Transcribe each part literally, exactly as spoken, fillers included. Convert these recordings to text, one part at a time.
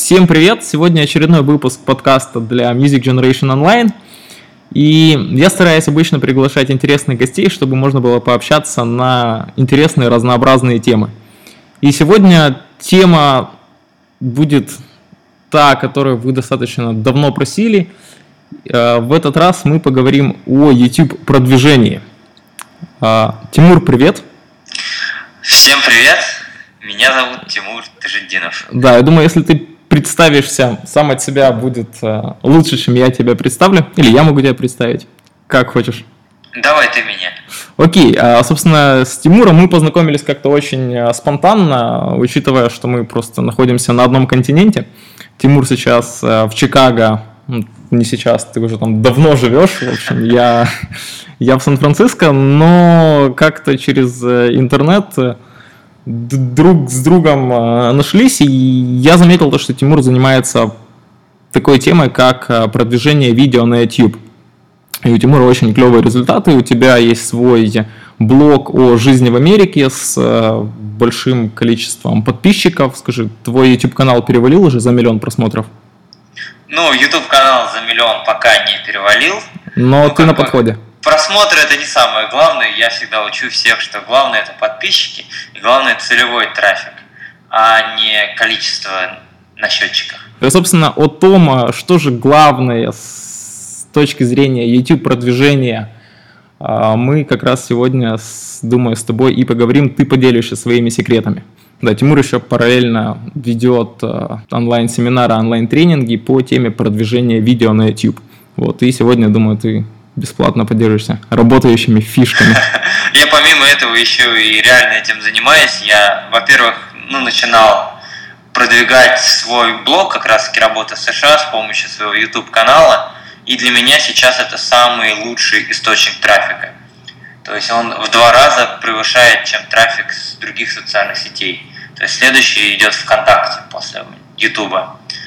Всем привет! Сегодня очередной выпуск подкаста для Music Generation Online. И я стараюсь обычно приглашать интересных гостей, чтобы можно было пообщаться на интересные разнообразные темы. И сегодня тема будет та, которую вы достаточно давно просили. В этот раз мы поговорим о YouTube-продвижении. Тимур, привет! Всем привет! Меня зовут Тимур Тажиддинов. Да, я думаю, если ты представишься сам от себя, будет лучше, чем я тебя представлю. Или я могу тебя представить, как хочешь. Давай ты меня. Окей, а, собственно, с Тимуром мы познакомились как-то очень спонтанно, учитывая, что мы просто находимся на одном континенте. Тимур сейчас в Чикаго, не сейчас, ты уже там давно живешь, в общем, я, я в Сан-Франциско, но как-то через интернет друг с другом нашлись, и я заметил то, что Тимур занимается такой темой, как продвижение видео на YouTube. И у Тимура очень клевые результаты, у тебя есть свой блог о жизни в Америке с большим количеством подписчиков. Скажи, твой YouTube-канал перевалил уже за миллион просмотров? Ну, YouTube-канал за миллион пока не перевалил. Но ну, ты на подходе. Просмотры — это не самое главное. Я всегда учу всех, что главное — это подписчики, и главное — целевой трафик, а не количество на счетчиках. И, собственно, о том, что же главное с точки зрения YouTube-продвижения, мы как раз сегодня, думаю, с тобой и поговорим. Ты поделишься своими секретами. Да, Тимур еще параллельно ведет онлайн-семинары, онлайн-тренинги по теме продвижения видео на YouTube. Вот, и сегодня, думаю, ты бесплатно поделишься работающими фишками. Я помимо этого еще и реально этим занимаюсь. Я, во-первых, ну, начинал продвигать свой блог, как раз таки работа в США, с помощью своего YouTube-канала. И для меня сейчас это самый лучший источник трафика. То есть он в два раза превышает, чем трафик с других социальных сетей. То есть следующий идет ВКонтакте после YouTube.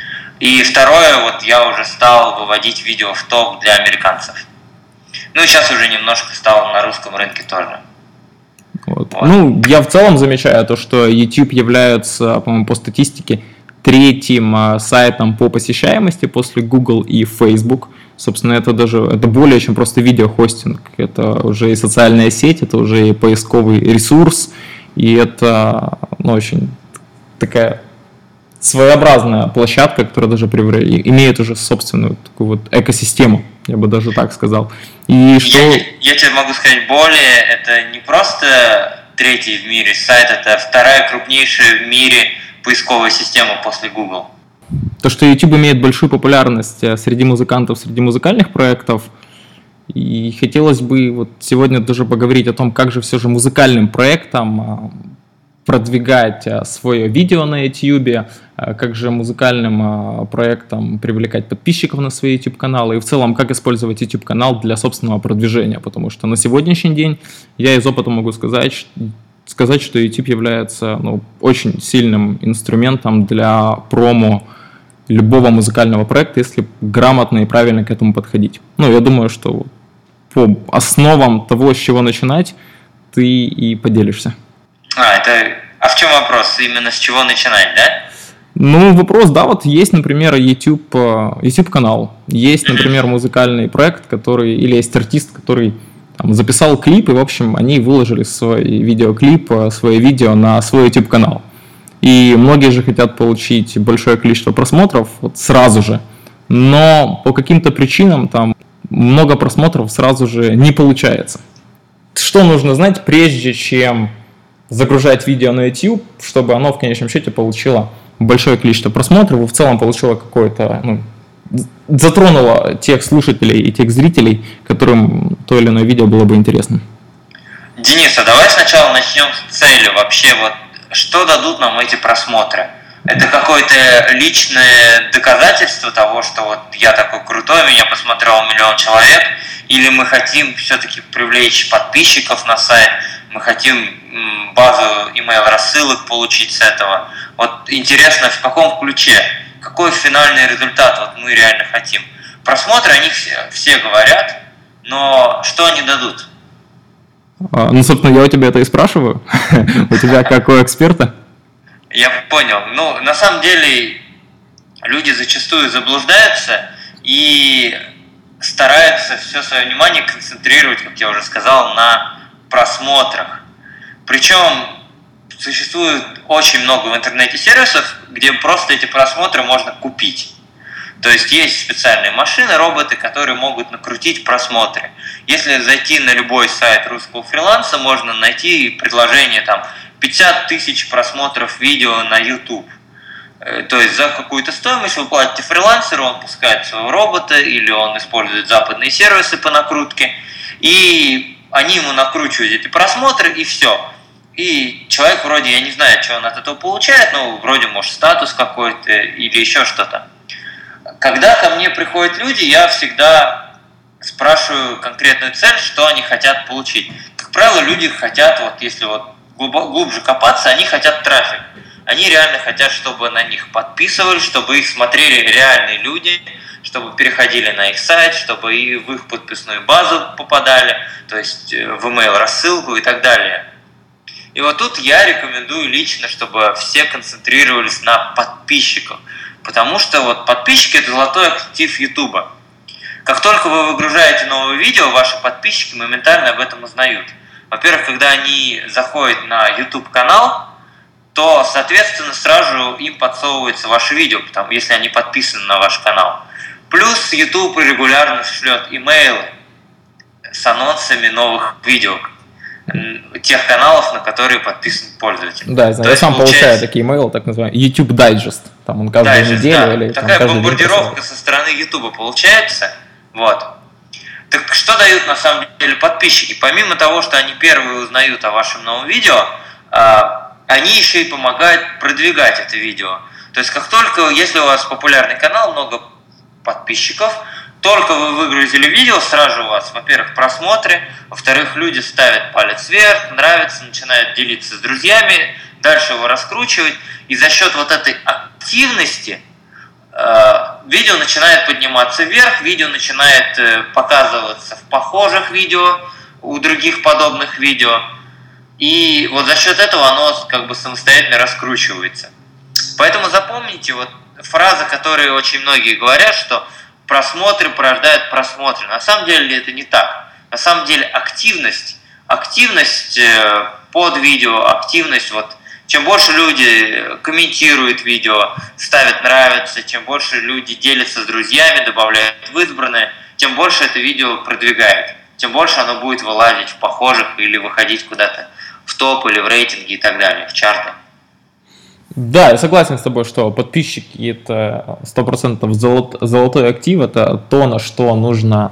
И второе, вот я уже стал выводить видео в топ для американцев. Ну и сейчас уже немножко стал на русском рынке тоже. Вот. Вот. Ну, я в целом замечаю то, что YouTube является, по-моему, по статистике третьим сайтом по посещаемости после Google и Facebook. Собственно, это даже это более чем просто видеохостинг. Это уже и социальная сеть, это уже и поисковый ресурс, и это, ну, очень такая своеобразная площадка, которая даже имеет уже собственную такую вот экосистему, я бы даже так сказал. И что... я, я тебе могу сказать более, это не просто третий в мире сайт, это вторая крупнейшая в мире поисковая система после Google. То, что YouTube имеет большую популярность среди музыкантов, среди музыкальных проектов, и хотелось бы вот сегодня даже поговорить о том, как же все же музыкальным проектам продвигать свое видео на YouTube, как же музыкальным проектам привлекать подписчиков на свои YouTube-каналы и в целом, как использовать YouTube-канал для собственного продвижения, потому что на сегодняшний день я из опыта могу сказать, сказать что YouTube является, ну, очень сильным инструментом для промо любого музыкального проекта, если грамотно и правильно к этому подходить. Ну, я думаю, что по основам того, с чего начинать, ты и поделишься. А, это... а в чем вопрос? Именно с чего начинать, да? Ну, вопрос, да, вот есть, например, YouTube, YouTube-канал, есть, например, музыкальный проект, который, или есть артист, который там записал клип, и, в общем, они выложили свой видеоклип, свое видео на свой YouTube-канал. И многие же хотят получить большое количество просмотров вот сразу же, но по каким-то причинам там много просмотров сразу же не получается. Что нужно знать, прежде чем загружать видео на YouTube, чтобы оно в конечном счете получило большое количество просмотров и в целом получило какое-то, ну, затронуло тех слушателей и тех зрителей, которым то или иное видео было бы интересным? Денис, а давай сначала начнем с цели. Вообще, вот что дадут нам эти просмотры? Это какое-то личное доказательство того, что вот я такой крутой, меня посмотрел миллион человек, или мы хотим все-таки привлечь подписчиков на сайт, мы хотим базу email-рассылок получить с этого. Вот интересно, в каком ключе, какой финальный результат вот мы реально хотим. Просмотры, о них все, все говорят, но что они дадут? А, ну, собственно, я у тебя это и спрашиваю. У тебя как у эксперта? Я понял. Ну, на самом деле, люди зачастую заблуждаются и стараются все свое внимание концентрировать, как я уже сказал, на просмотрах. Причем существует очень много в интернете сервисов, где просто эти просмотры можно купить. То есть есть специальные машины, роботы, которые могут накрутить просмотры. Если зайти на любой сайт русского фриланса, можно найти предложение там пятьдесят тысяч просмотров видео на YouTube. То есть за какую-то стоимость вы платите фрилансеру, он пускает своего робота или он использует западные сервисы по накрутке, и они ему накручивают эти просмотры, и все. И человек вроде, я не знаю, что он от этого получает, но вроде, может, статус какой-то или еще что-то. Когда ко мне приходят люди, я всегда спрашиваю конкретную цель, что они хотят получить. Как правило, люди хотят, вот если вот глубже копаться, они хотят трафик. Они реально хотят, чтобы на них подписывались, чтобы их смотрели реальные люди, чтобы переходили на их сайт, чтобы и в их подписную базу попадали, то есть в email рассылку и так далее. И вот тут я рекомендую лично, чтобы все концентрировались на подписчиках, потому что вот подписчики – это золотой актив YouTube. Как только вы выгружаете новое видео, ваши подписчики моментально об этом узнают. Во-первых, когда они заходят на YouTube-канал, то, соответственно, сразу им подсовывается ваше видео, потому, если они подписаны на ваш канал. Плюс YouTube регулярно шлет имейлы с анонсами новых видео тех каналов, на которые подписан пользователь. Да, я, знаю, я сам получается... получаю такие имейлы, так называемый YouTube Digest. Там он каждую Digest, неделю да. или такая там, бомбардировка со стороны YouTube получается. Вот. Так что дают на самом деле подписчики? Помимо того, что они первые узнают о вашем новом видео, они еще и помогают продвигать это видео. То есть, как только, если у вас популярный канал, много подписчиков, только вы выгрузили видео, сразу у вас, во-первых, просмотры, во-вторых, люди ставят палец вверх, нравится, начинают делиться с друзьями, дальше его раскручивать, и за счет вот этой активности э, видео начинает подниматься вверх, видео начинает э, показываться в похожих видео, у других подобных видео, и вот за счет этого оно как бы самостоятельно раскручивается. Поэтому запомните вот фразы, которые очень многие говорят, что просмотры порождают просмотры. На самом деле это не так. На самом деле активность, активность под видео, активность, вот, чем больше люди комментируют видео, ставят нравится, чем больше люди делятся с друзьями, добавляют в избранное, тем больше это видео продвигает, тем больше оно будет вылазить в похожих или выходить куда-то в топ или в рейтинги и так далее, в чарты. Да, я согласен с тобой, что подписчики – это сто процентов золот, золотой актив, это то, на что нужно,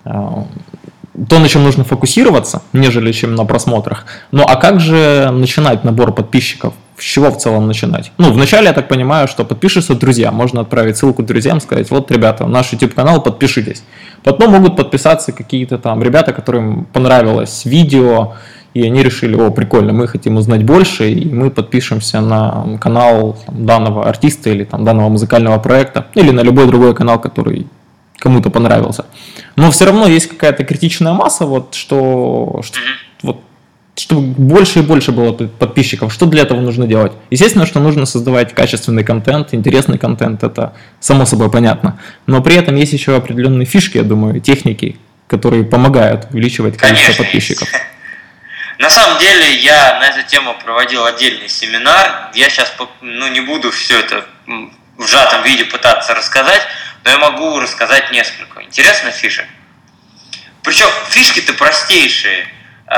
то, на чем нужно фокусироваться, нежели чем на просмотрах. Ну, а как же начинать набор подписчиков? С чего в целом начинать? Ну, вначале я так понимаю, что подпишешься друзьям, можно отправить ссылку друзьям, сказать, вот, ребята, наш YouTube-канал, подпишитесь. Потом могут подписаться какие-то там ребята, которым понравилось видео, и они решили, о, прикольно, мы хотим узнать больше, и мы подпишемся на канал там, данного артиста или там, данного музыкального проекта, или на любой другой канал, который кому-то понравился. Но все равно есть какая-то критичная масса, вот, что, что, вот, чтобы больше и больше было подписчиков. Что для этого нужно делать? Естественно, что нужно создавать качественный контент, интересный контент, это само собой понятно. Но при этом есть еще определенные фишки, я думаю, техники, которые помогают увеличивать количество Конечно, подписчиков. Есть. На самом деле я на эту тему проводил отдельный семинар. Я сейчас ну, не буду все это в сжатом виде пытаться рассказать, но я могу рассказать несколько интересных фишек. Причем фишки-то простейшие.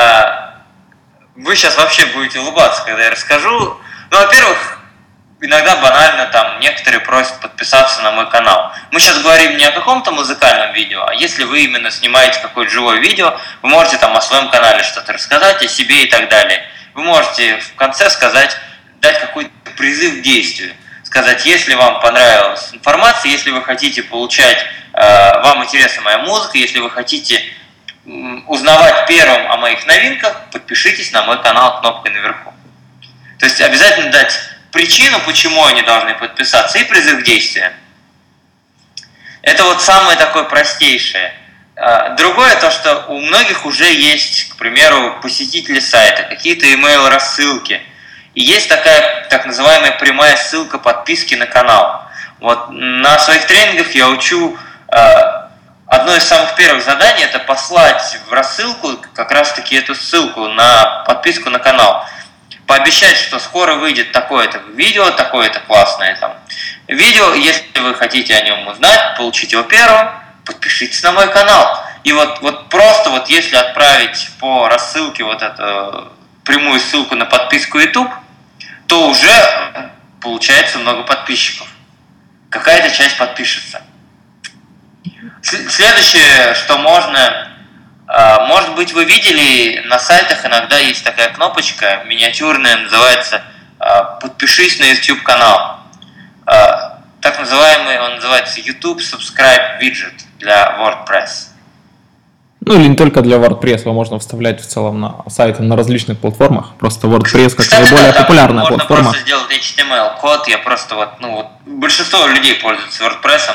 Вы сейчас вообще будете улыбаться, когда я расскажу. Ну, во-первых, иногда банально там некоторые просят подписаться на мой канал. Мы сейчас говорим не о каком-то музыкальном видео, а если вы именно снимаете какое-то живое видео, вы можете там о своем канале что-то рассказать, о себе и так далее. Вы можете в конце сказать, дать какой-то призыв к действию. Сказать, если вам понравилась информация, если вы хотите получать, э, вам интересна моя музыка, если вы хотите узнавать первым о моих новинках, подпишитесь на мой канал кнопкой наверху. То есть обязательно дать причину, почему они должны подписаться, и призыв к действию. Это вот самое такое простейшее. Другое то, что у многих уже есть, к примеру, посетители сайта, какие-то email-рассылки. И есть такая так называемая прямая ссылка подписки на канал. Вот на своих тренингах я учу, одно из самых первых заданий — это послать в рассылку как раз-таки эту ссылку на подписку на канал. Пообещать, что скоро выйдет такое-то видео, такое-то классное там видео. Если вы хотите о нем узнать, получить его первым, подпишитесь на мой канал. И вот, вот просто вот если отправить по рассылке вот эту прямую ссылку на подписку YouTube, то уже получается много подписчиков. Какая-то часть подпишется. Следующее, что можно... Может быть, вы видели, на сайтах иногда есть такая кнопочка миниатюрная, называется «Подпишись на YouTube-канал». Так называемый, он называется YouTube Subscribe Widget для WordPress. Ну или не только для WordPress, его можно вставлять в целом на сайты на различных платформах. Просто WordPress как Кстати, наиболее да, популярная можно платформа. Можно просто сделать эйч ти эм эл-код, я просто вот, ну вот, большинство людей пользуются WordPress.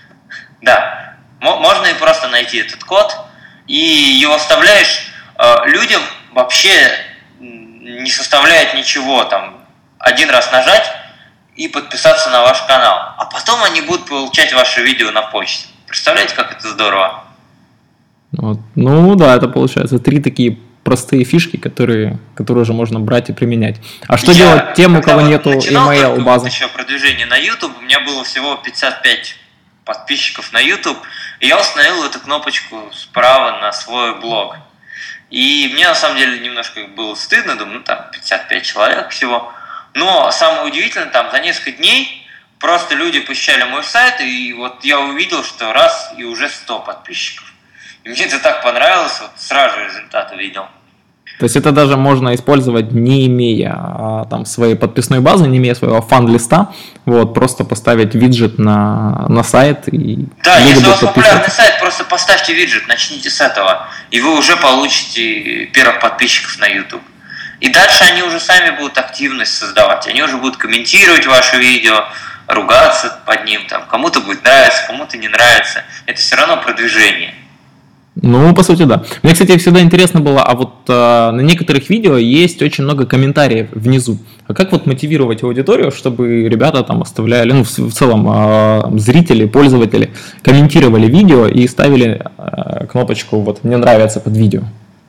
Да, можно и просто найти этот код, и его вставляешь. Людям вообще не составляет ничего, там, один раз нажать и подписаться на ваш канал. А потом они будут получать ваши видео на почте. Представляете, как это здорово? Вот. Ну да, это получается три такие простые фишки, которые, которые уже можно брать и применять. А что Я, делать тем, у кого нету email базы? Вот еще продвижение на YouTube, у меня было всего пятьдесят пять подписчиков на YouTube, и я установил эту кнопочку справа на свой блог. И мне на самом деле немножко было стыдно, думаю, ну там пятьдесят пять человек всего. Но самое удивительное, там за несколько дней просто люди посещали мой сайт, и вот я увидел, что раз и уже сто подписчиков. И мне это так понравилось, вот сразу результат увидел. То есть это даже можно использовать, не имея а, там своей подписной базы, не имея своего фан-листа, вот, просто поставить виджет на, на сайт. И да, если у вас популярный сайт, просто поставьте виджет, начните с этого, и вы уже получите первых подписчиков на YouTube. И дальше они уже сами будут активность создавать, они уже будут комментировать ваше видео, ругаться под ним, там, кому-то будет нравиться, кому-то не нравится. Это все равно продвижение. Ну, по сути, да. Мне, кстати, всегда интересно было, а вот э, на некоторых видео есть очень много комментариев внизу. А как вот мотивировать аудиторию, чтобы ребята там оставляли, ну, в, в целом э, зрители, пользователи комментировали видео и ставили э, кнопочку вот «Мне нравится» под видео?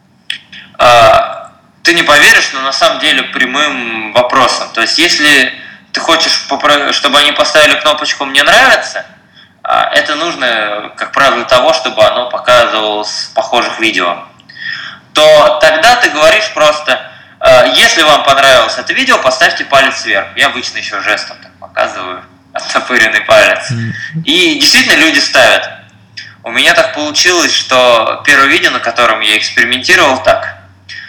А, ты не поверишь, но на самом деле прямым вопросом. То есть, если ты хочешь, чтобы они поставили кнопочку «Мне нравится», это нужно, как правило, для того, чтобы оно показывалось в похожих видео. То тогда ты говоришь просто, если вам понравилось это видео, поставьте палец вверх. Я обычно еще жестом так показываю, оттопыренный палец. И действительно люди ставят. У меня так получилось, что первое видео, на котором я экспериментировал так,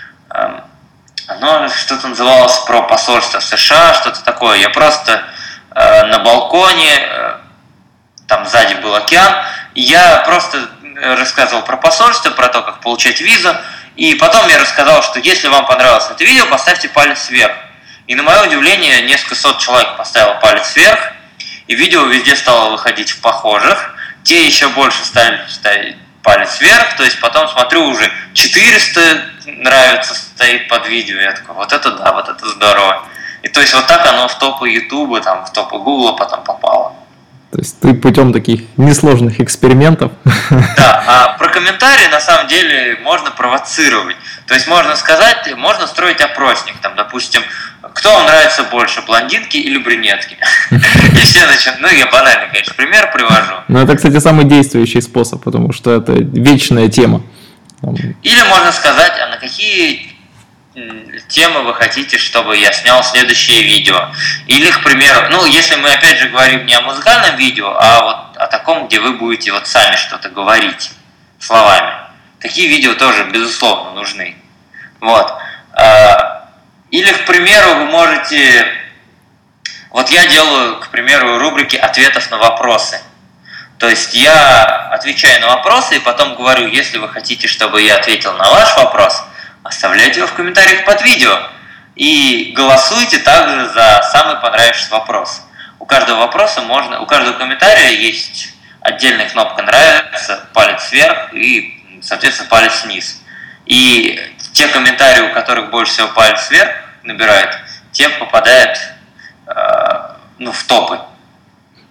оно что-то называлось про посольство США, что-то такое. Я просто на балконе... Там сзади был океан, и я просто рассказывал про посольство, про то, как получать визу, и потом я рассказал, что если вам понравилось это видео, поставьте палец вверх. И на мое удивление, несколько сот человек поставило палец вверх, и видео везде стало выходить в похожих, те еще больше стали ставить палец вверх, то есть потом смотрю, уже четыреста нравится стоит под видео, я такой, вот это да, вот это здорово. И то есть вот так оно в топы Ютуба, там, в топы Гугла потом попало. То есть ты путем таких несложных экспериментов. Да, а про комментарии на самом деле можно провоцировать. То есть можно сказать, можно строить опросник, там, допустим, кто вам нравится больше, блондинки или брюнетки? И все начинают, ну я банальный, конечно, пример привожу. Ну это, кстати, самый действующий способ, потому что это вечная тема. Или можно сказать, а на какие темы вы хотите, чтобы я снял следующее видео. Или, к примеру, ну, если мы опять же говорим не о музыкальном видео, а вот о таком, где вы будете вот сами что-то говорить словами. Такие видео тоже, безусловно, нужны. Вот. Или, к примеру, вы можете... Вот я делаю, к примеру, рубрики ответов на вопросы. То есть я отвечаю на вопросы и потом говорю, если вы хотите, чтобы я ответил на ваш вопрос, оставляйте его в комментариях под видео и голосуйте также за самый понравившийся вопрос. У каждого вопроса можно, у каждого комментария есть отдельная кнопка «Нравится», палец вверх и, соответственно, палец вниз. И те комментарии, у которых больше всего палец вверх набирают, те попадают э, ну, в топы.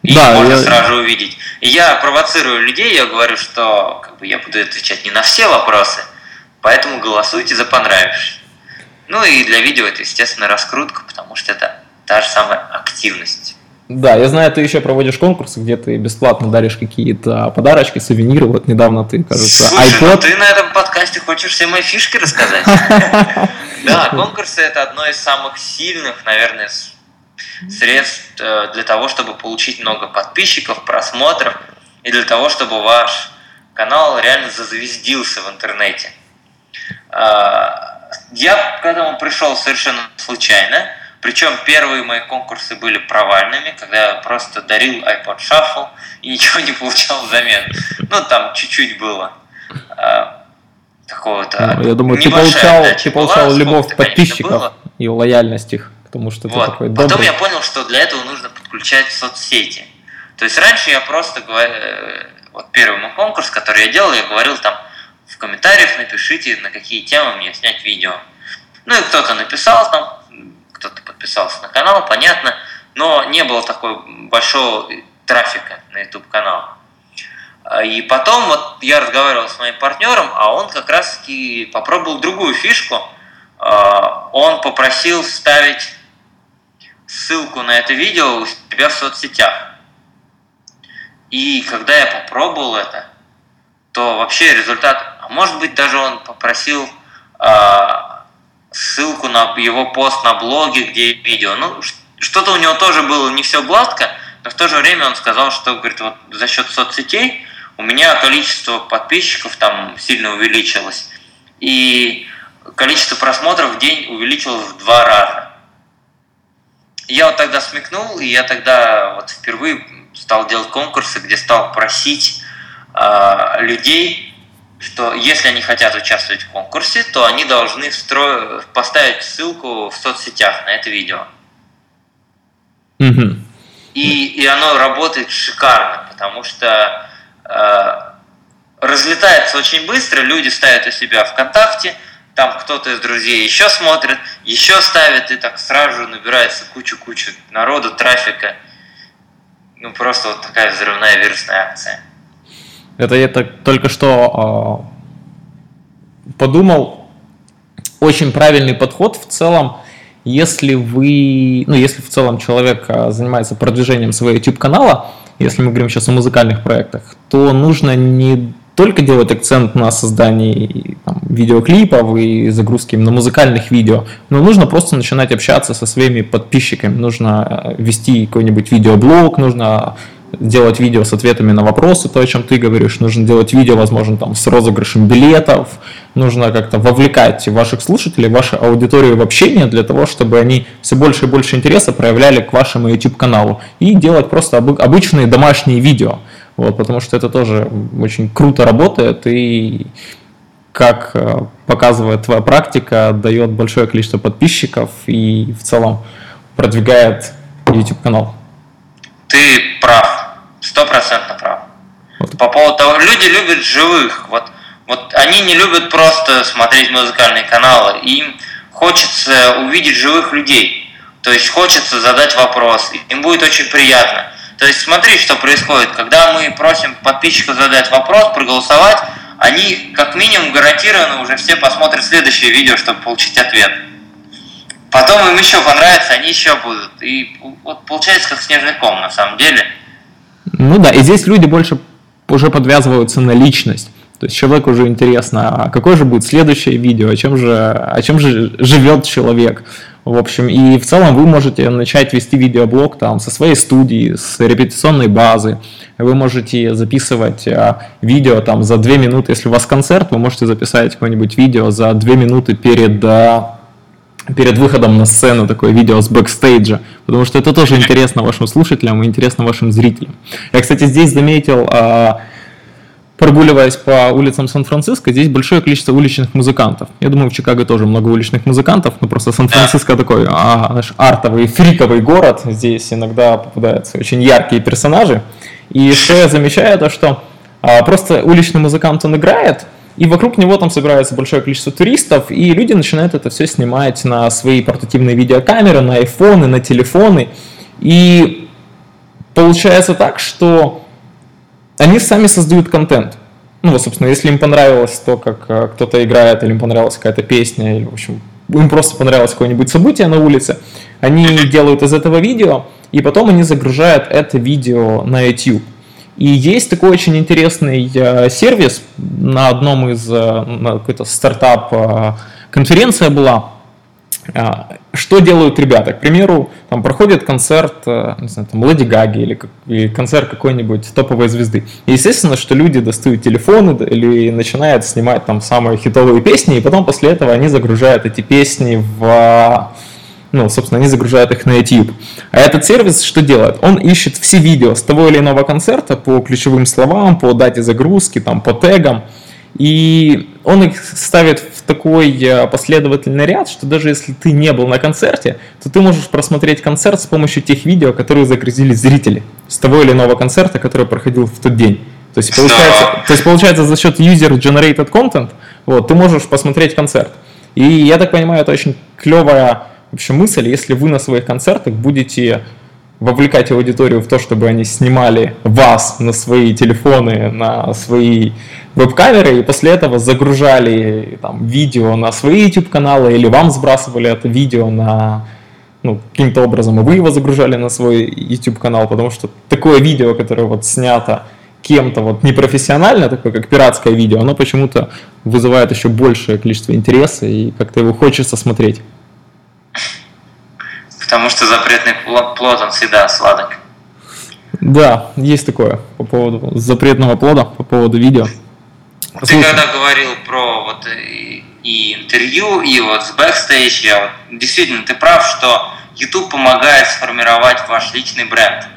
и да, можно я... сразу же увидеть. И я провоцирую людей, я говорю, что как бы, я буду отвечать не на все вопросы, поэтому голосуйте за понравившись. Ну и для видео это, естественно, раскрутка, потому что это та же самая активность. Да, я знаю, ты еще проводишь конкурсы, где ты бесплатно даришь какие-то подарочки, сувениры. Вот недавно ты, кажется, Слушай, iPod. Ну ты на этом подкасте хочешь все мои фишки рассказать? Да, конкурсы это одно из самых сильных, наверное, средств для того, чтобы получить много подписчиков, просмотров и для того, чтобы ваш канал реально зазвездился в интернете. Я к этому пришел совершенно случайно. Причем первые мои конкурсы были провальными, когда я просто дарил iPod Shuffle и ничего не получал взамен. Ну, там чуть-чуть было а, какого-то... Ну, я думаю, ты получал, ты получал была, любовь подписчиков и лояльность их, потому что вот. ты такой добрый. Потом я понял, что для этого нужно подключать соцсети. То есть раньше я просто говорил... Вот первый мой конкурс, который я делал, я говорил там в комментариях напишите, на какие темы мне снять видео. Ну и кто-то написал там, кто-то подписался на канал, понятно, но не было такой большого трафика на YouTube-канал. И потом вот я разговаривал с моим партнером, а он как раз-таки попробовал другую фишку. Он попросил вставить ссылку на это видео у себя в соцсетях. И когда я попробовал это, то вообще результат... А может быть, даже он попросил... ссылку на его пост на блоге, где видео. Ну, что-то у него тоже было не все гладко, но в то же время он сказал, что, говорит, вот за счет соцсетей у меня количество подписчиков там сильно увеличилось, и количество просмотров в день увеличилось в два раза. Я вот тогда смекнул, и я тогда вот впервые стал делать конкурсы, где стал просить э, людей, что если они хотят участвовать в конкурсе, то они должны встро... поставить ссылку в соцсетях на это видео. Mm-hmm. И, и оно работает шикарно, потому что э, разлетается очень быстро, люди ставят у себя ВКонтакте, там кто-то из друзей еще смотрит, еще ставит, и так сразу же набирается кучу-кучу народу, трафика. Ну, просто вот такая взрывная вирусная акция. Это я так только что э, подумал, очень правильный подход в целом, если вы, ну если в целом человек занимается продвижением своего YouTube-канала, если мы говорим сейчас о музыкальных проектах, то нужно не только делать акцент на создании там, видеоклипов и загрузке именно музыкальных видео, но нужно просто начинать общаться со своими подписчиками, нужно вести какой-нибудь видеоблог, нужно делать видео с ответами на вопросы, то, о чем ты говоришь, нужно делать видео, возможно, там, с розыгрышем билетов, нужно как-то вовлекать ваших слушателей, вашу аудиторию в общение для того, чтобы они все больше и больше интереса проявляли к вашему YouTube-каналу и делать просто обы- обычные домашние видео, вот, потому что это тоже очень круто работает и, как показывает твоя практика, дает большое количество подписчиков и в целом продвигает YouTube-канал. Ты прав, стопроцентно прав. Вот. По поводу того, люди любят живых. Вот, вот они не любят просто смотреть музыкальные каналы. Им хочется увидеть живых людей. То есть хочется задать вопрос. Им будет очень приятно. То есть смотри, что происходит. Когда мы просим подписчиков задать вопрос, проголосовать, они как минимум гарантированно уже все посмотрят следующее видео, чтобы получить ответ. Потом им еще понравится, они еще будут. И вот получается как снежный ком на самом деле. Ну да, и здесь люди больше уже подвязываются на личность. То есть человеку уже интересно, а какое же будет следующее видео, о чем же, о чем же живет человек. В общем, и в целом вы можете начать вести видеоблог там со своей студии, с репетиционной базы. Вы можете записывать а, видео там за две минуты. Если у вас концерт, вы можете записать какое-нибудь видео за две минуты перед... А, перед выходом на сцену, такое видео с бэкстейджа, потому что это тоже интересно вашим слушателям и интересно вашим зрителям. Я, кстати, здесь заметил, прогуливаясь по улицам Сан-Франциско, здесь большое количество уличных музыкантов. Я думаю, в Чикаго тоже много уличных музыкантов, но просто Сан-Франциско такой а, наш артовый, фриковый город, здесь иногда попадаются очень яркие персонажи. И что я замечаю, это что а, просто уличный музыкант, он играет, и вокруг него там собирается большое количество туристов, и люди начинают это все снимать на свои портативные видеокамеры, на айфоны, на телефоны. И получается так, что они сами создают контент. Ну, вот, собственно, если им понравилось то, как э, кто-то играет, или им понравилась какая-то песня, или, в общем, им просто понравилось какое-нибудь событие на улице, они делают из этого видео, и потом они загружают это видео на YouTube. И есть такой очень интересный э, сервис на одном из, э, на какой-то стартап э, конференция была. Э, что делают ребята? К примеру, там проходит концерт, э, не знаю, там Леди Гаги или, или концерт какой-нибудь топовой звезды. И естественно, что люди достают телефоны или начинают снимать там самые хитовые песни, и потом после этого они загружают эти песни в... Ну, собственно, они загружают их на YouTube. А этот сервис что делает? Он ищет все видео с того или иного концерта по ключевым словам, по дате загрузки, там, по тегам. И он их ставит в такой последовательный ряд, что даже если ты не был на концерте, то ты можешь просмотреть концерт с помощью тех видео, которые загрузили зрители с того или иного концерта, который проходил в тот день. То есть, получается, то есть, получается за счет user-generated content вот, ты можешь посмотреть концерт. И я так понимаю, это очень клевая вообще мысль, если вы на своих концертах будете вовлекать аудиторию в то, чтобы они снимали вас на свои телефоны, на свои веб-камеры, и после этого загружали там, видео на свои YouTube-каналы, или вам сбрасывали это видео на, ну, каким-то образом, и вы его загружали на свой YouTube-канал, потому что такое видео, которое вот снято кем-то вот непрофессионально, такое как пиратское видео, оно почему-то вызывает еще большее количество интереса, и как-то его хочется смотреть. Потому что запретный плод, он всегда сладок. Да, есть такое по поводу запретного плода, по поводу видео. Ты Слушай. когда говорил про вот и, и интервью, и вот с бэкстейдж, я вот, действительно, ты прав, что YouTube помогает сформировать ваш личный бренд.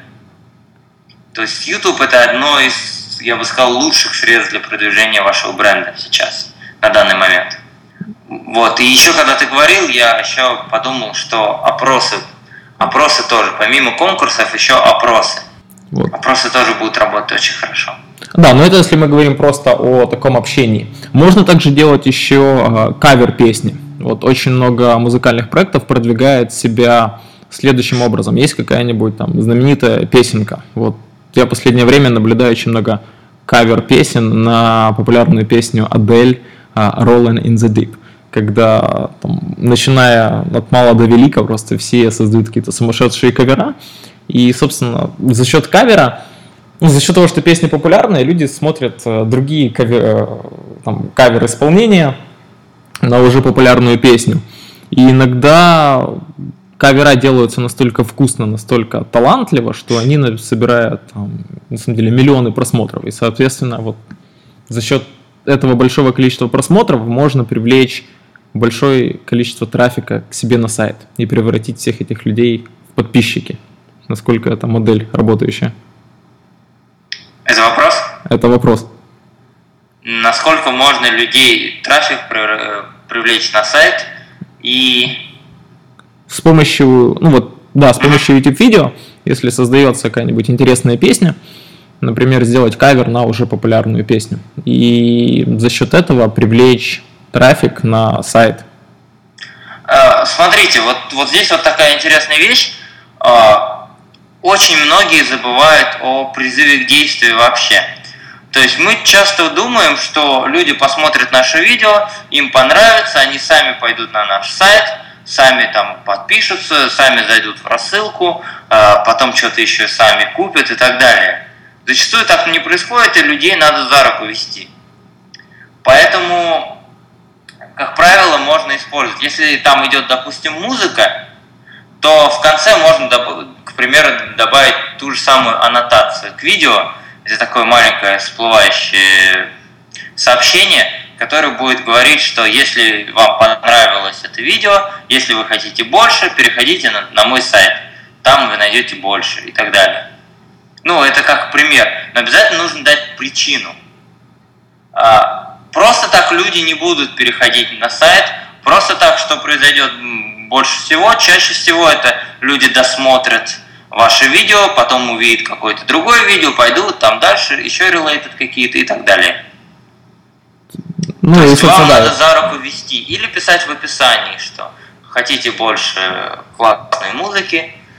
То есть YouTube это одно из, я бы сказал, лучших средств для продвижения вашего бренда сейчас, на данный момент. Вот, и еще когда ты говорил, я еще подумал, что опросы, опросы тоже, помимо конкурсов, еще опросы. Вот. Опросы тоже будут работать очень хорошо. Да, но это если мы говорим просто о таком общении. Можно также делать еще кавер-песни. Вот очень много музыкальных проектов продвигает себя следующим образом. Есть какая-нибудь там знаменитая песенка. Вот я в последнее время наблюдаю очень много кавер-песен на популярную песню Адель «Rolling in the Deep». Когда, там, начиная от мала до велика, просто все создают какие-то сумасшедшие кавера. И, собственно, за счет кавера, ну, за счет того, что песни популярные, люди смотрят другие кавер, там, кавер-исполнения на уже популярную песню. И иногда кавера делаются настолько вкусно, настолько талантливо, что они собирают, там, на самом деле, миллионы просмотров. И, соответственно, вот за счет этого большого количества просмотров можно привлечь большое количество трафика к себе на сайт и превратить всех этих людей в подписчики. Насколько эта модель работающая? Это вопрос? Это вопрос. Насколько можно людей, трафик привлечь на сайт и... С помощью, ну вот, да, с помощью YouTube-видео, если создается какая-нибудь интересная песня, например, сделать кавер на уже популярную песню. И за счет этого привлечь трафик на сайт. Смотрите, вот, вот здесь вот такая интересная вещь. Очень многие забывают о призыве к действию вообще. То есть мы часто думаем, что люди посмотрят наше видео, им понравится, они сами пойдут на наш сайт, сами там подпишутся, сами зайдут в рассылку, потом что-то еще сами купят и так далее. Зачастую так не происходит, и людей надо за руку вести. Поэтому, как правило, можно использовать. Если там идет, допустим, музыка, то в конце можно, к примеру, добавить ту же самую аннотацию к видео. Это такое маленькое всплывающее сообщение, которое будет говорить, что если вам понравилось это видео, если вы хотите больше, переходите на, на мой сайт. Там вы найдете больше и так далее. Ну, это как пример. Но обязательно нужно дать причину. Просто так люди не будут переходить на сайт. Просто так, что произойдет больше всего, чаще всего это люди досмотрят ваше видео, потом увидят какое-то другое видео, пойдут там дальше, еще related какие-то и так далее. Ну, то есть вам надо за руку вести или писать в описании, что хотите больше классной музыки,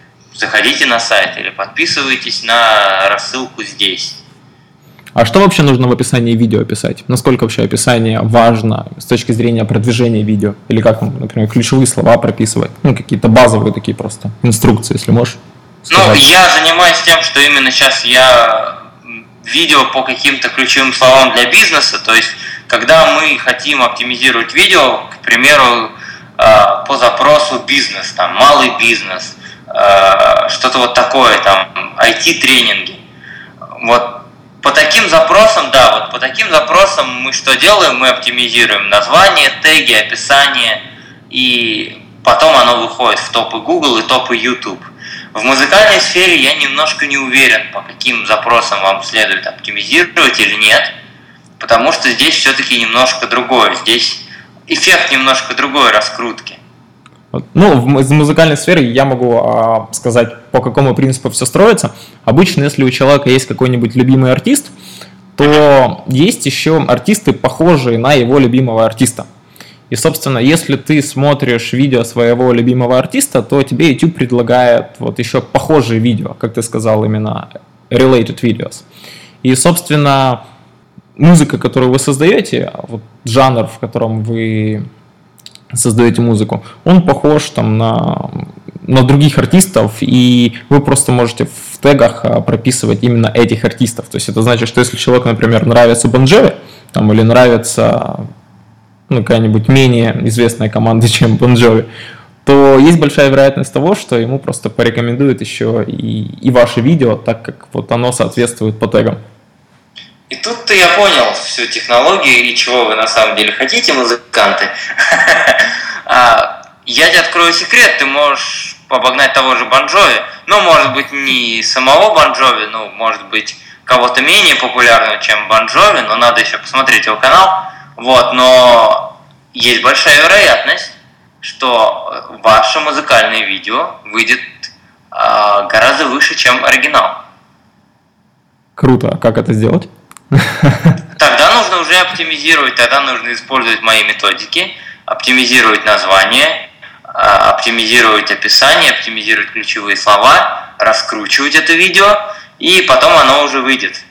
заходите на сайт или подписывайтесь на рассылку здесь. А что вообще нужно в описании видео писать? Насколько вообще описание важно с точки зрения продвижения видео? Или как, например, ключевые слова прописывать? Ну, какие-то базовые такие просто инструкции, если можешь сказать. Ну, я занимаюсь тем, что именно сейчас я видео по каким-то ключевым словам для бизнеса, то есть, когда мы хотим оптимизировать видео, к примеру, по запросу бизнес, там, малый бизнес, что-то вот такое, там, ай ти-тренинги, вот, по таким запросам, да, вот по таким запросам мы что делаем? Мы оптимизируем название, теги, описание, и потом оно выходит в топы Google и топы YouTube. В музыкальной сфере я немножко не уверен, по каким запросам вам следует оптимизировать или нет, потому что здесь все-таки немножко другое, здесь эффект немножко другой раскрутки. Ну, в музыкальной сфере я могу а, сказать, по какому принципу все строится. Обычно, если у человека есть какой-нибудь любимый артист, то есть еще артисты, похожие на его любимого артиста. И, собственно, если ты смотришь видео своего любимого артиста, то тебе YouTube предлагает вот еще похожие видео, как ты сказал, именно related videos. И, собственно, музыка, которую вы создаете, вот жанр, в котором вы создаете музыку, он похож там на, на других артистов, и вы просто можете в тегах прописывать именно этих артистов. То есть это значит, что если человеку, например, нравится Бон Джови, там, или нравится ну, какая-нибудь менее известная команда, чем Бон Джови, то есть большая вероятность того, что ему просто порекомендуют еще и, и ваше видео, так как вот оно соответствует по тегам. И тут-то я понял всю технологию и чего вы на самом деле хотите, музыканты. Я тебе открою секрет, ты можешь обогнать того же Бон Джови, ну, может быть, не самого Бон Джови, ну, может быть, кого-то менее популярного, чем Бон Джови, но надо еще посмотреть его канал. Вот, но есть большая вероятность, что ваше музыкальное видео выйдет гораздо выше, чем оригинал. Круто. А как это сделать? Тогда нужно уже оптимизировать, тогда нужно использовать мои методики, оптимизировать название, оптимизировать описание, оптимизировать ключевые слова, раскручивать это видео, и потом оно уже выйдет.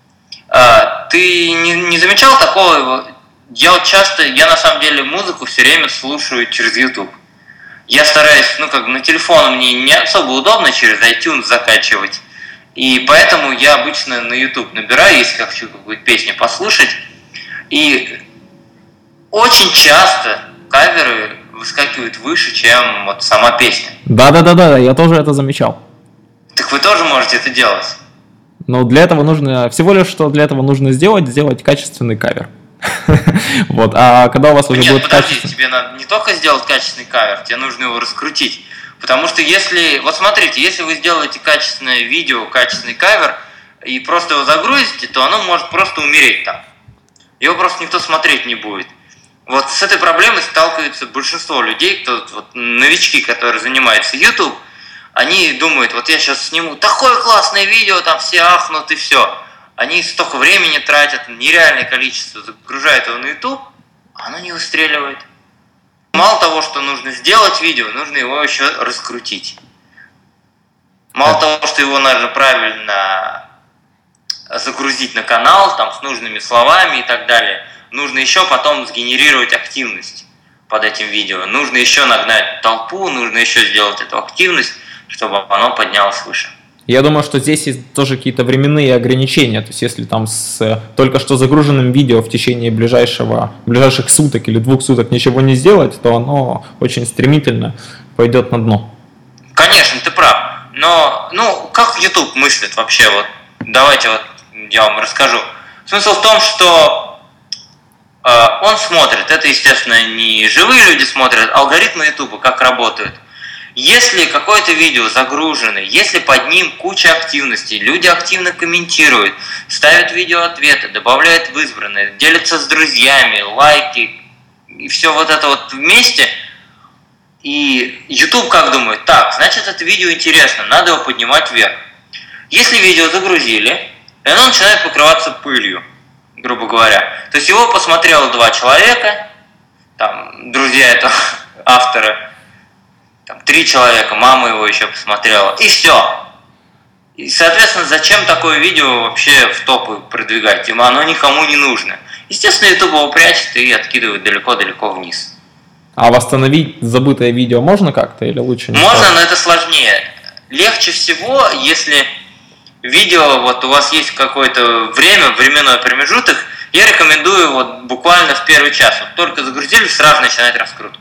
Ты не, не замечал такого? Я вот часто, я на самом деле музыку все время слушаю через YouTube. Я стараюсь, ну как на телефон мне не особо удобно через iTunes закачивать. И поэтому я обычно на YouTube набираю, если я хочу какую-то песню послушать. И очень часто каверы выскакивают выше, чем вот сама песня. Да-да-да-да, я тоже это замечал. Так вы тоже можете это делать. Но для этого нужно, всего лишь что для этого нужно сделать, сделать качественный кавер. Вот, а когда у вас уже будет качественный... Нет, подожди, тебе надо не только сделать качественный кавер, тебе нужно его раскрутить. Потому что если, вот смотрите, если вы сделаете качественное видео, качественный кавер, и просто его загрузите, то оно может просто умереть там. Его просто никто смотреть не будет. Вот с этой проблемой сталкиваются большинство людей, кто вот, новички, которые занимаются YouTube, они думают, вот я сейчас сниму такое классное видео, там все ахнут и все. Они столько времени тратят, нереальное количество, загружают его на YouTube, а оно не выстреливает. Мало того, что нужно сделать видео, нужно его еще раскрутить. Мало того, что его нужно правильно загрузить на канал, там, с нужными словами и так далее, нужно еще потом сгенерировать активность под этим видео. Нужно еще нагнать толпу, нужно еще сделать эту активность, чтобы оно поднялось выше. Я думаю, что здесь есть тоже какие-то временные ограничения. То есть, если там с только что загруженным видео в течение ближайшего, ближайших суток или двух суток ничего не сделать, то оно очень стремительно пойдет на дно. Конечно, ты прав. Но, ну, как YouTube мыслит вообще? Вот, давайте вот я вам расскажу. Смысл в том, что э, он смотрит, это, естественно, не живые люди смотрят, алгоритмы YouTube как работают. Если какое-то видео загружено, если под ним куча активностей, люди активно комментируют, ставят видеоответы, добавляют в избранное, делятся с друзьями, лайки, и все вот это вот вместе, и YouTube как думает, так, значит это видео интересно, надо его поднимать вверх. Если видео загрузили, и оно начинает покрываться пылью, грубо говоря, то есть его посмотрело два человека, там, друзья этого автора, там, три человека, мама его еще посмотрела, и все. И, соответственно, зачем такое видео вообще в топы продвигать? Ему оно никому не нужно. Естественно, YouTube его прячет и откидывает далеко-далеко вниз. А восстановить забытое видео можно как-то или лучше не Можно, стоит? но это сложнее. Легче всего, если видео, вот у вас есть какое-то время, временной промежуток, я рекомендую вот буквально в первый час. Вот только загрузили, сразу начинать раскрутку.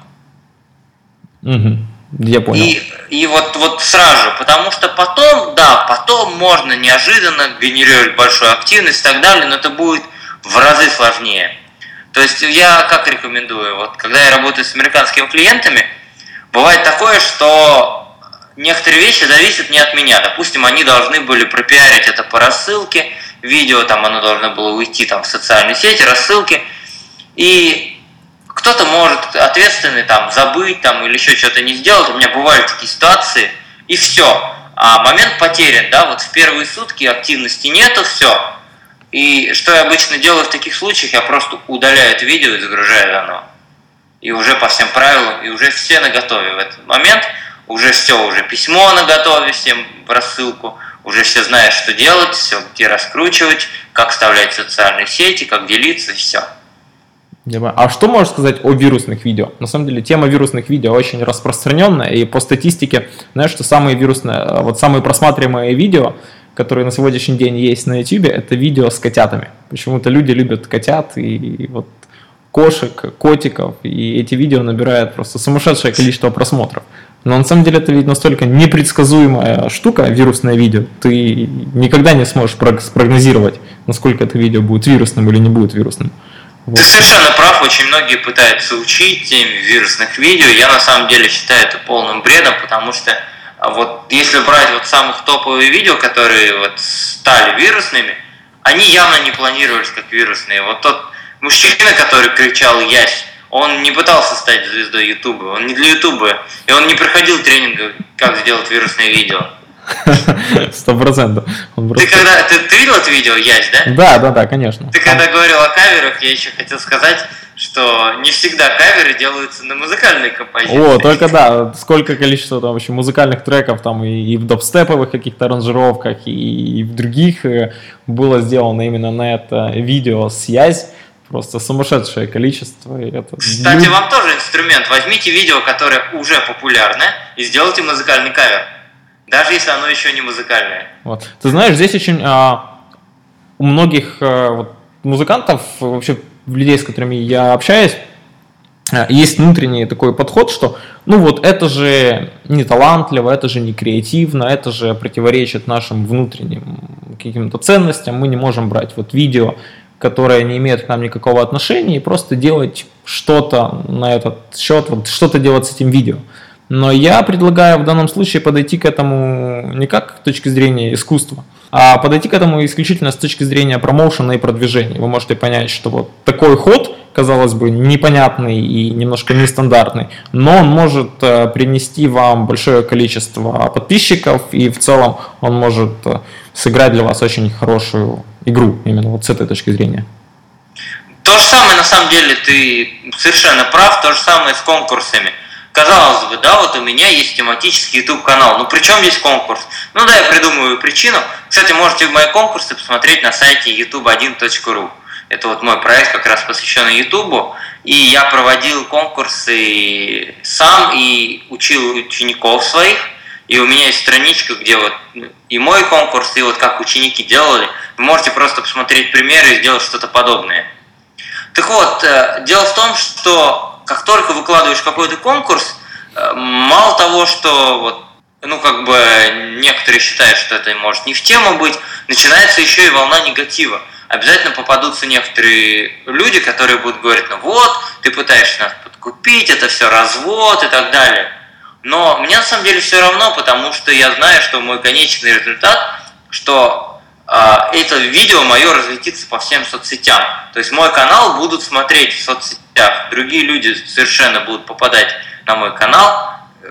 Угу. Я понял. И, и вот, вот сразу, потому что потом, да, потом можно неожиданно генерировать большую активность и так далее, но это будет в разы сложнее. То есть я как рекомендую, вот когда я работаю с американскими клиентами, бывает такое, что некоторые вещи зависят не от меня. Допустим, они должны были пропиарить это по рассылке, видео там оно должно было уйти там в социальные сети, рассылки, и кто-то может ответственный там забыть там или еще что-то не сделать. У меня бывают такие ситуации, и все. А момент потерян, да, вот в первые сутки активности нету, все. И что я обычно делаю в таких случаях, я просто удаляю это видео и загружаю заново. И уже по всем правилам, и уже все наготове в этот момент, уже все, уже письмо наготове всем в рассылку, уже все знают, что делать, все, где раскручивать, как вставлять в социальные сети, как делиться, и все. А что можешь сказать о вирусных видео? На самом деле тема вирусных видео очень распространенная, и по статистике, знаешь, что самые вирусные, вот самые просматриваемые видео, которые на сегодняшний день есть на YouTube, это видео с котятами. Почему-то люди любят котят и вот кошек, котиков, и эти видео набирают просто сумасшедшее количество просмотров. Но на самом деле это ведь настолько непредсказуемая штука, вирусное видео, ты никогда не сможешь спрогнозировать, насколько это видео будет вирусным или не будет вирусным. Вот. Ты совершенно прав, очень многие пытаются учить теме вирусных видео, я на самом деле считаю это полным бредом, потому что вот если брать вот самых топовые видео, которые вот стали вирусными, они явно не планировались как вирусные. Вот тот мужчина, который кричал «Ясь», он не пытался стать звездой Ютуба, он не для Ютуба, и он не проходил тренинга, как сделать вирусное видео. Сто процентов. Ты когда ты, ты видел это видео «Ясь», да? Да, да, да, конечно. Ты когда говорил о каверах, я еще хотел сказать, что не всегда каверы делаются на музыкальные композиции. О, только да, сколько количество там вообще музыкальных треков там и, и в дабстеповых каких-то аранжировках, и, и в других было сделано именно на это видео «Связь». Просто сумасшедшее количество. И это... Кстати, вам тоже инструмент. Возьмите видео, которое уже популярное, и сделайте музыкальный кавер. Даже если оно еще не музыкальное. Вот. Ты знаешь, здесь очень а, у многих а, вот, музыкантов, вообще людей, с которыми я общаюсь, а, есть внутренний такой подход, что ну вот это же не талантливо, это же не креативно, это же противоречит нашим внутренним каким-то ценностям, мы не можем брать вот видео, которое не имеет к нам никакого отношения, и просто делать что-то на этот счет, вот, что-то делать с этим видео. Но я предлагаю в данном случае подойти к этому не как с точки зрения искусства, а подойти к этому исключительно с точки зрения промоушена и продвижения. Вы можете понять, что вот такой ход, казалось бы, непонятный и немножко нестандартный, но он может принести вам большое количество подписчиков, и в целом он может сыграть для вас очень хорошую игру, именно вот с этой точки зрения. То же самое, на самом деле, ты совершенно прав, то же самое с конкурсами. Казалось бы, да, вот у меня есть тематический YouTube-канал. Ну, при чем здесь конкурс? Ну да, я придумываю причину. Кстати, можете мои конкурсы посмотреть на сайте ютуб один точка ру. Это вот мой проект, как раз посвященный YouTube. И я проводил конкурсы сам и учил учеников своих. И у меня есть страничка, где вот и мой конкурс, и вот как ученики делали. Вы можете просто посмотреть примеры и сделать что-то подобное. Так вот, дело в том, что как только выкладываешь какой-то конкурс, мало того, что вот, ну как бы некоторые считают, что это может не в тему быть, начинается еще и волна негатива. Обязательно попадутся некоторые люди, которые будут говорить: ну вот, ты пытаешься нас подкупить, это все развод и так далее. Но мне на самом деле все равно, потому что я знаю, что мой конечный результат, что э, это видео мое разлетится по всем соцсетям. То есть мой канал будут смотреть в соцсетях, другие люди совершенно будут попадать на мой канал,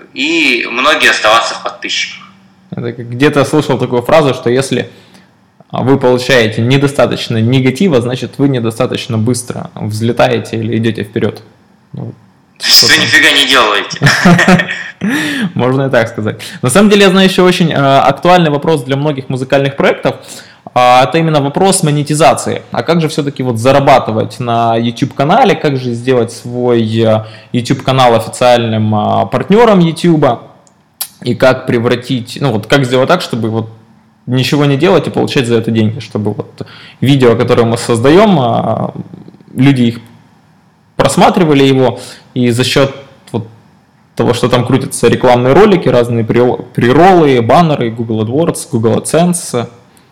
и многие оставаться в подписчиках. Где-то слышал такую фразу, что если вы получаете недостаточно негатива, значит вы недостаточно быстро взлетаете или идете вперед. То есть вы нифига не делаете. Можно и так сказать. На самом деле, я знаю еще очень э, актуальный вопрос для многих музыкальных проектов. Э, это именно вопрос монетизации. А как же все-таки вот зарабатывать на YouTube-канале? Как же сделать свой э, YouTube-канал официальным э, партнером YouTube? И как превратить, ну вот как сделать так, чтобы вот ничего не делать и получать за это деньги? Чтобы вот видео, которое мы создаем, э, люди их просматривали его, и за счет вот того, что там крутятся рекламные ролики, разные прероллы, баннеры, Google AdWords, Google AdSense,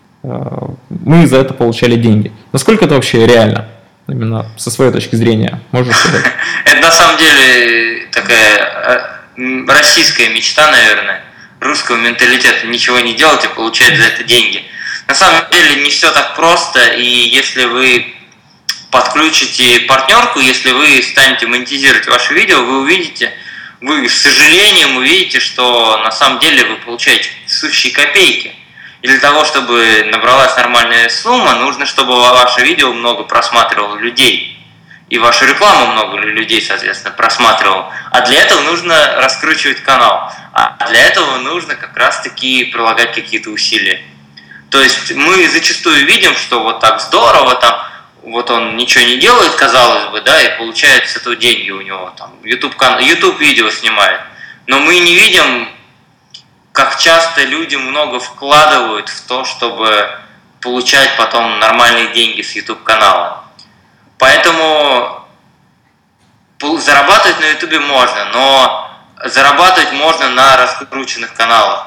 мы за это получали деньги. Насколько это вообще реально? Именно со своей точки зрения, можно сказать? Это на самом деле такая российская мечта, наверное, русского менталитета: ничего не делать и получать за это деньги. На самом деле не все так просто, и если вы подключите партнерку, если вы станете монетизировать ваше видео, вы увидите, вы с сожалением увидите, что на самом деле вы получаете сущие копейки. И для того, чтобы набралась нормальная сумма, нужно, чтобы ваше видео много просматривало людей. И вашу рекламу много людей, соответственно, просматривал. А для этого нужно раскручивать канал. А для этого нужно как раз-таки прилагать какие-то усилия. То есть мы зачастую видим, что вот так здорово, там, вот он ничего не делает, казалось бы, да, и получает с этого деньги у него, там, YouTube, YouTube видео снимает. Но мы не видим, как часто люди много вкладывают в то, чтобы получать потом нормальные деньги с YouTube канала. Поэтому зарабатывать на YouTube можно, но зарабатывать можно на раскрученных каналах.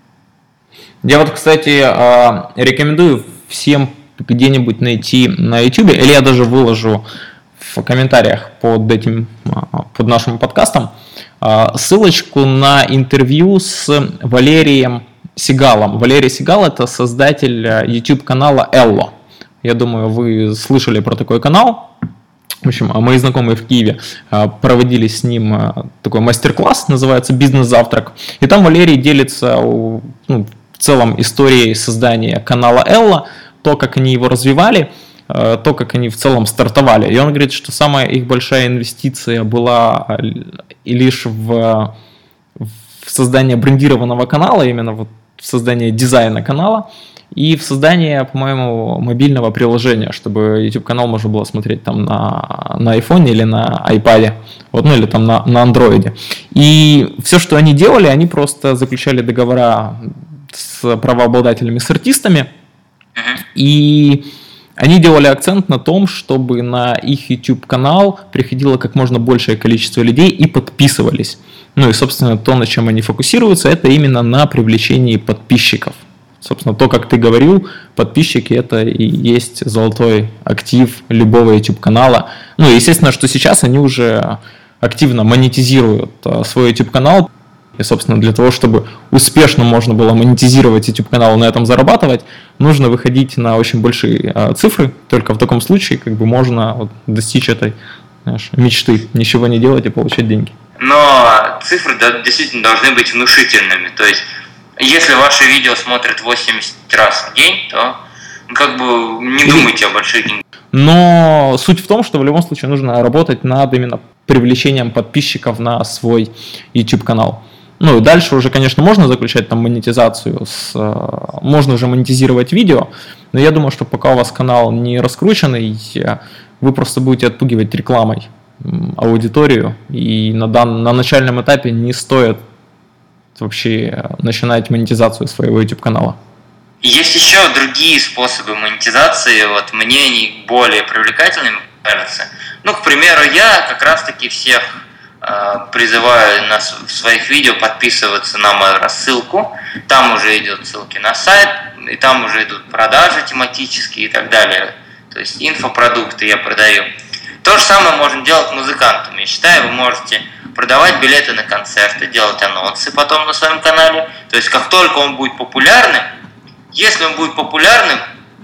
Я вот, кстати, рекомендую всем где-нибудь найти на YouTube, или я даже выложу в комментариях под этим, под нашим подкастом, ссылочку на интервью с Валерием Сигалом. Валерий Сигал — это создатель YouTube-канала Ello. Я думаю, вы слышали про такой канал. В общем, мои знакомые в Киеве проводили с ним такой мастер-класс, называется «Бизнес-завтрак». И там Валерий делится, ну, в целом историей создания канала Ello, то, как они его развивали, то, как они в целом стартовали. И он говорит, что самая их большая инвестиция была лишь в, в создание брендированного канала, именно вот в создание дизайна канала и в создание, по-моему, мобильного приложения, чтобы YouTube-канал можно было смотреть там на, на iPhone или на iPad, вот, ну или там на, на Android. И все, что они делали, они просто заключали договора с правообладателями, с артистами, и они делали акцент на том, чтобы на их YouTube-канал приходило как можно большее количество людей и подписывались. Ну и, собственно, то, на чем они фокусируются, это именно на привлечении подписчиков. Собственно, то, как ты говорил, подписчики — это и есть золотой актив любого YouTube-канала. Ну и, естественно, что сейчас они уже активно монетизируют свой YouTube-канал. И, собственно, для того, чтобы успешно можно было монетизировать YouTube-канал и на этом зарабатывать, нужно выходить на очень большие э, цифры. Только в таком случае как бы можно вот достичь этой, знаешь, мечты, ничего не делать и получать деньги. Но цифры действительно должны быть внушительными. То есть, если ваше видео смотрят восемьдесят раз в день, то как бы не думайте о больших деньгах. Но суть в том, что в любом случае нужно работать над именно привлечением подписчиков на свой YouTube-канал. Ну и дальше уже, конечно, можно заключать там монетизацию, с, можно уже монетизировать видео, но я думаю, что пока у вас канал не раскрученный, вы просто будете отпугивать рекламой аудиторию, и на, дан, на начальном этапе не стоит вообще начинать монетизацию своего YouTube-канала. Есть еще другие способы монетизации, вот мне они более привлекательными кажутся. Ну, к примеру, я как раз-таки всех призываю нас в своих видео подписываться на мою рассылку. Там уже идут ссылки на сайт, и там уже идут продажи тематические и так далее. То есть инфопродукты я продаю. То же самое можно делать музыкантам. Я считаю, вы можете продавать билеты на концерты, делать анонсы потом на своем канале. То есть как только он будет популярным, если он будет популярным,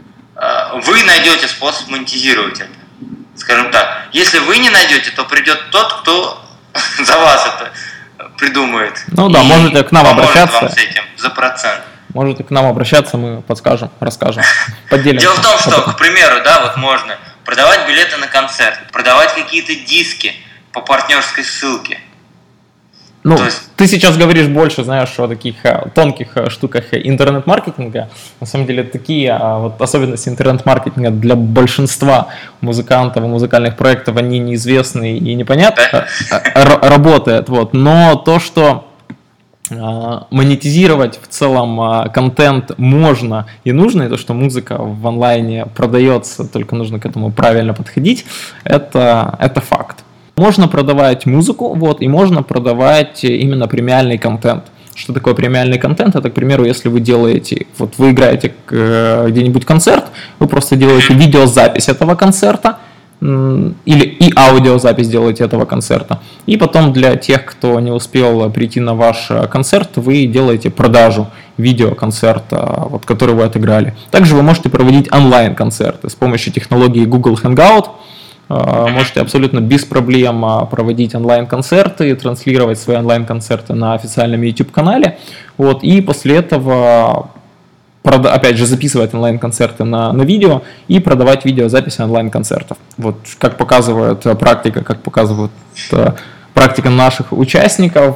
вы найдете способ монетизировать это. Скажем так, если вы не найдете, то придет тот, кто за вас это придумает. Ну да, можете к нам обращаться. Вам с этим за процент. Можете к нам обращаться, мы подскажем, расскажем, поделимся. Дело в том, что, к примеру, да, вот можно продавать билеты на концерт, продавать какие-то диски по партнерской ссылке. Ну, есть... ты сейчас говоришь больше, знаешь, о таких тонких штуках интернет-маркетинга. На самом деле, такие вот особенности интернет-маркетинга для большинства музыкантов и музыкальных проектов, они неизвестны и непонятно работают. Вот. Но то, что монетизировать в целом контент можно и нужно, и то, что музыка в онлайне продается, только нужно к этому правильно подходить, это, это факт. Можно продавать музыку, вот, и можно продавать именно премиальный контент. Что такое премиальный контент? Это, к примеру, если вы делаете, вот вы играете где-нибудь концерт, вы просто делаете видеозапись этого концерта, или и аудиозапись делаете этого концерта. И потом для тех, кто не успел прийти на ваш концерт, вы делаете продажу видеоконцерта, вот, который вы отыграли. Также вы можете проводить онлайн-концерты с помощью технологии Google Hangout. Можете абсолютно без проблем проводить онлайн-концерты, транслировать свои онлайн-концерты на официальном YouTube-канале. Вот, и после этого, опять же, записывать онлайн-концерты на, на видео и продавать видеозаписи онлайн-концертов. Вот, как показывает практика, как показывает практика наших участников,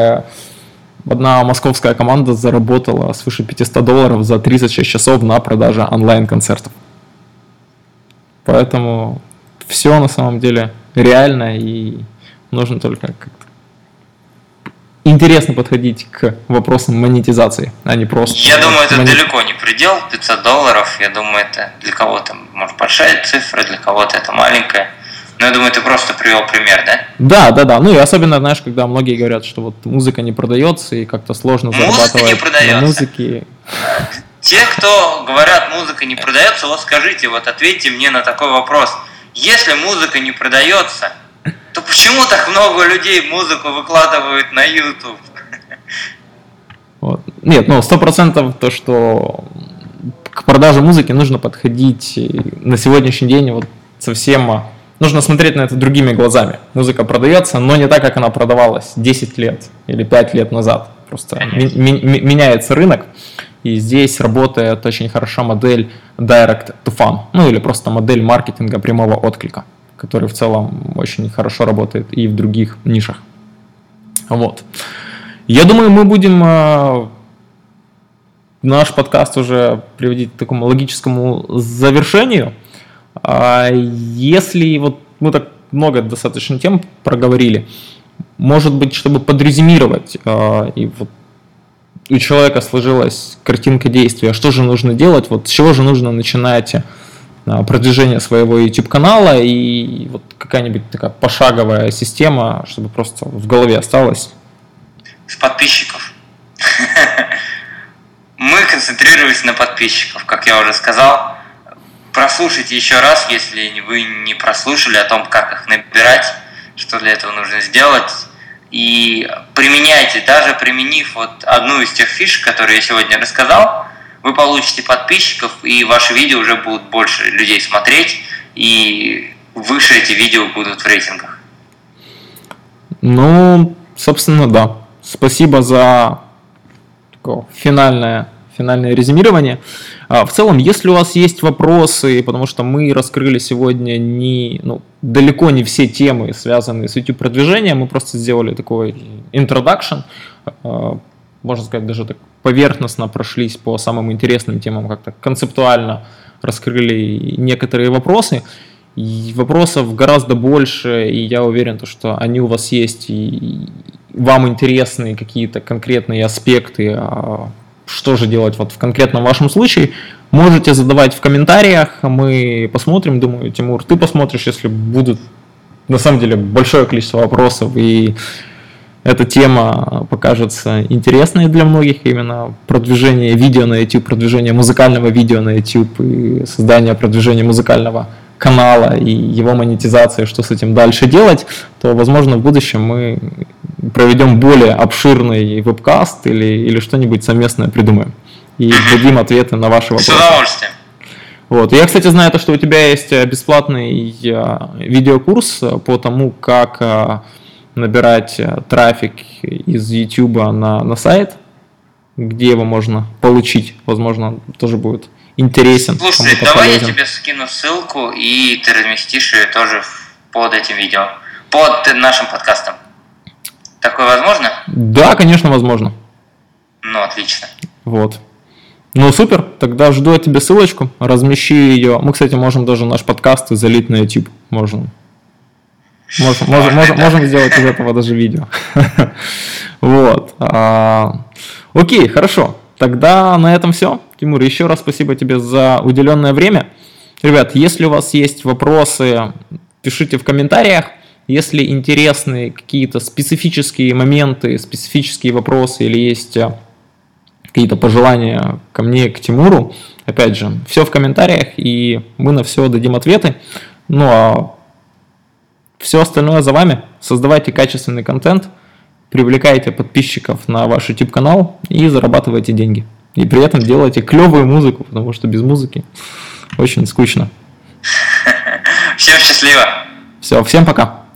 одна московская команда заработала свыше пятьсот долларов за тридцать шесть часов на продаже онлайн-концертов. Поэтому... все на самом деле реально, и нужно только как-то интересно подходить к вопросам монетизации, а не просто... Я думаю, это монет... далеко не предел, пятьсот долларов, я думаю, это для кого-то, может, большая цифра, для кого-то это маленькая. Но я думаю, ты просто привел пример, да? Да, да, да. Ну и особенно, знаешь, когда многие говорят, что вот музыка не продается, и как-то сложно музыка зарабатывать не продается. На музыке. Те, кто говорят, музыка не продается, вот скажите, вот ответьте мне на такой вопрос. Если музыка не продается, то почему так много людей музыку выкладывают на YouTube? Вот. Нет, ну сто процентов то, что к продаже музыки нужно подходить на сегодняшний день вот совсем... Нужно смотреть на это другими глазами. Музыка продается, но не так, как она продавалась десять лет или пять лет назад. Просто ми- ми- меняется рынок. И здесь работает очень хорошо модель Direct to Fan, ну или просто модель маркетинга прямого отклика, который в целом очень хорошо работает и в других нишах. Вот. Я думаю, мы будем э, наш подкаст уже приводить к такому логическому завершению. А если вот мы так много достаточно тем проговорили, может быть, чтобы подрезюмировать э, и вот у человека сложилась картинка действия, что же нужно делать, вот с чего же нужно начинать продвижение своего YouTube-канала, и вот какая-нибудь такая пошаговая система, чтобы просто в голове осталось. С подписчиков. Мы концентрируемся на подписчиках, как я уже сказал. Прослушайте еще раз, если вы не прослушали, о том, как их набирать, что для этого нужно сделать. И применяйте, даже применив вот одну из тех фишек, которые я сегодня рассказал, вы получите подписчиков, и ваши видео уже будут больше людей смотреть, и выше эти видео будут в рейтингах. Ну, собственно, да. Спасибо за такое финальное, финальное резюмирование. В целом, если у вас есть вопросы, потому что мы раскрыли сегодня не, ну, далеко не все темы, связанные с YouTube-продвижением, мы просто сделали такой introduction, можно сказать, даже так поверхностно прошлись по самым интересным темам, как-то концептуально раскрыли некоторые вопросы. И вопросов гораздо больше, и я уверен, что они у вас есть, и вам интересны какие-то конкретные аспекты, что же делать вот в конкретном вашем случае, можете задавать в комментариях, мы посмотрим, думаю, Тимур, ты посмотришь, если будут на самом деле большое количество вопросов, и эта тема покажется интересной для многих, именно продвижение видео на YouTube, продвижение музыкального видео на YouTube и создание продвижения музыкального канала и его монетизация, что с этим дальше делать, то, возможно, в будущем мы проведем более обширный вебкаст или, или что-нибудь совместное придумаем и дадим ответы на ваши вопросы. С удовольствием. Вот. Я, кстати, знаю, то, что у тебя есть бесплатный видеокурс по тому, как набирать трафик из YouTube на, на сайт, где его можно получить. Возможно, тоже будет интересен. Слушай, давай полезен. Я тебе скину ссылку, и ты разместишь ее тоже под этим видео, под нашим подкастом. Такое возможно? Да, конечно, возможно. Ну, отлично. Вот. Ну, супер, тогда жду от тебя ссылочку, размещи ее. Мы, кстати, можем даже наш подкаст залить на YouTube. Можем. Можем, можем, можем, можем сделать из этого даже видео. Вот. Окей, хорошо. Тогда на этом все. Тимур, еще раз спасибо тебе за уделенное время. Ребят, если у вас есть вопросы, пишите в комментариях. Если интересны какие-то специфические моменты, специфические вопросы или есть какие-то пожелания ко мне, к Тимуру, опять же, все в комментариях, и мы на все дадим ответы. Ну а все остальное за вами. Создавайте качественный контент, привлекайте подписчиков на ваш YouTube-канал и зарабатывайте деньги. И при этом делайте клевую музыку, потому что без музыки очень скучно. Всем счастливо. Все, всем пока.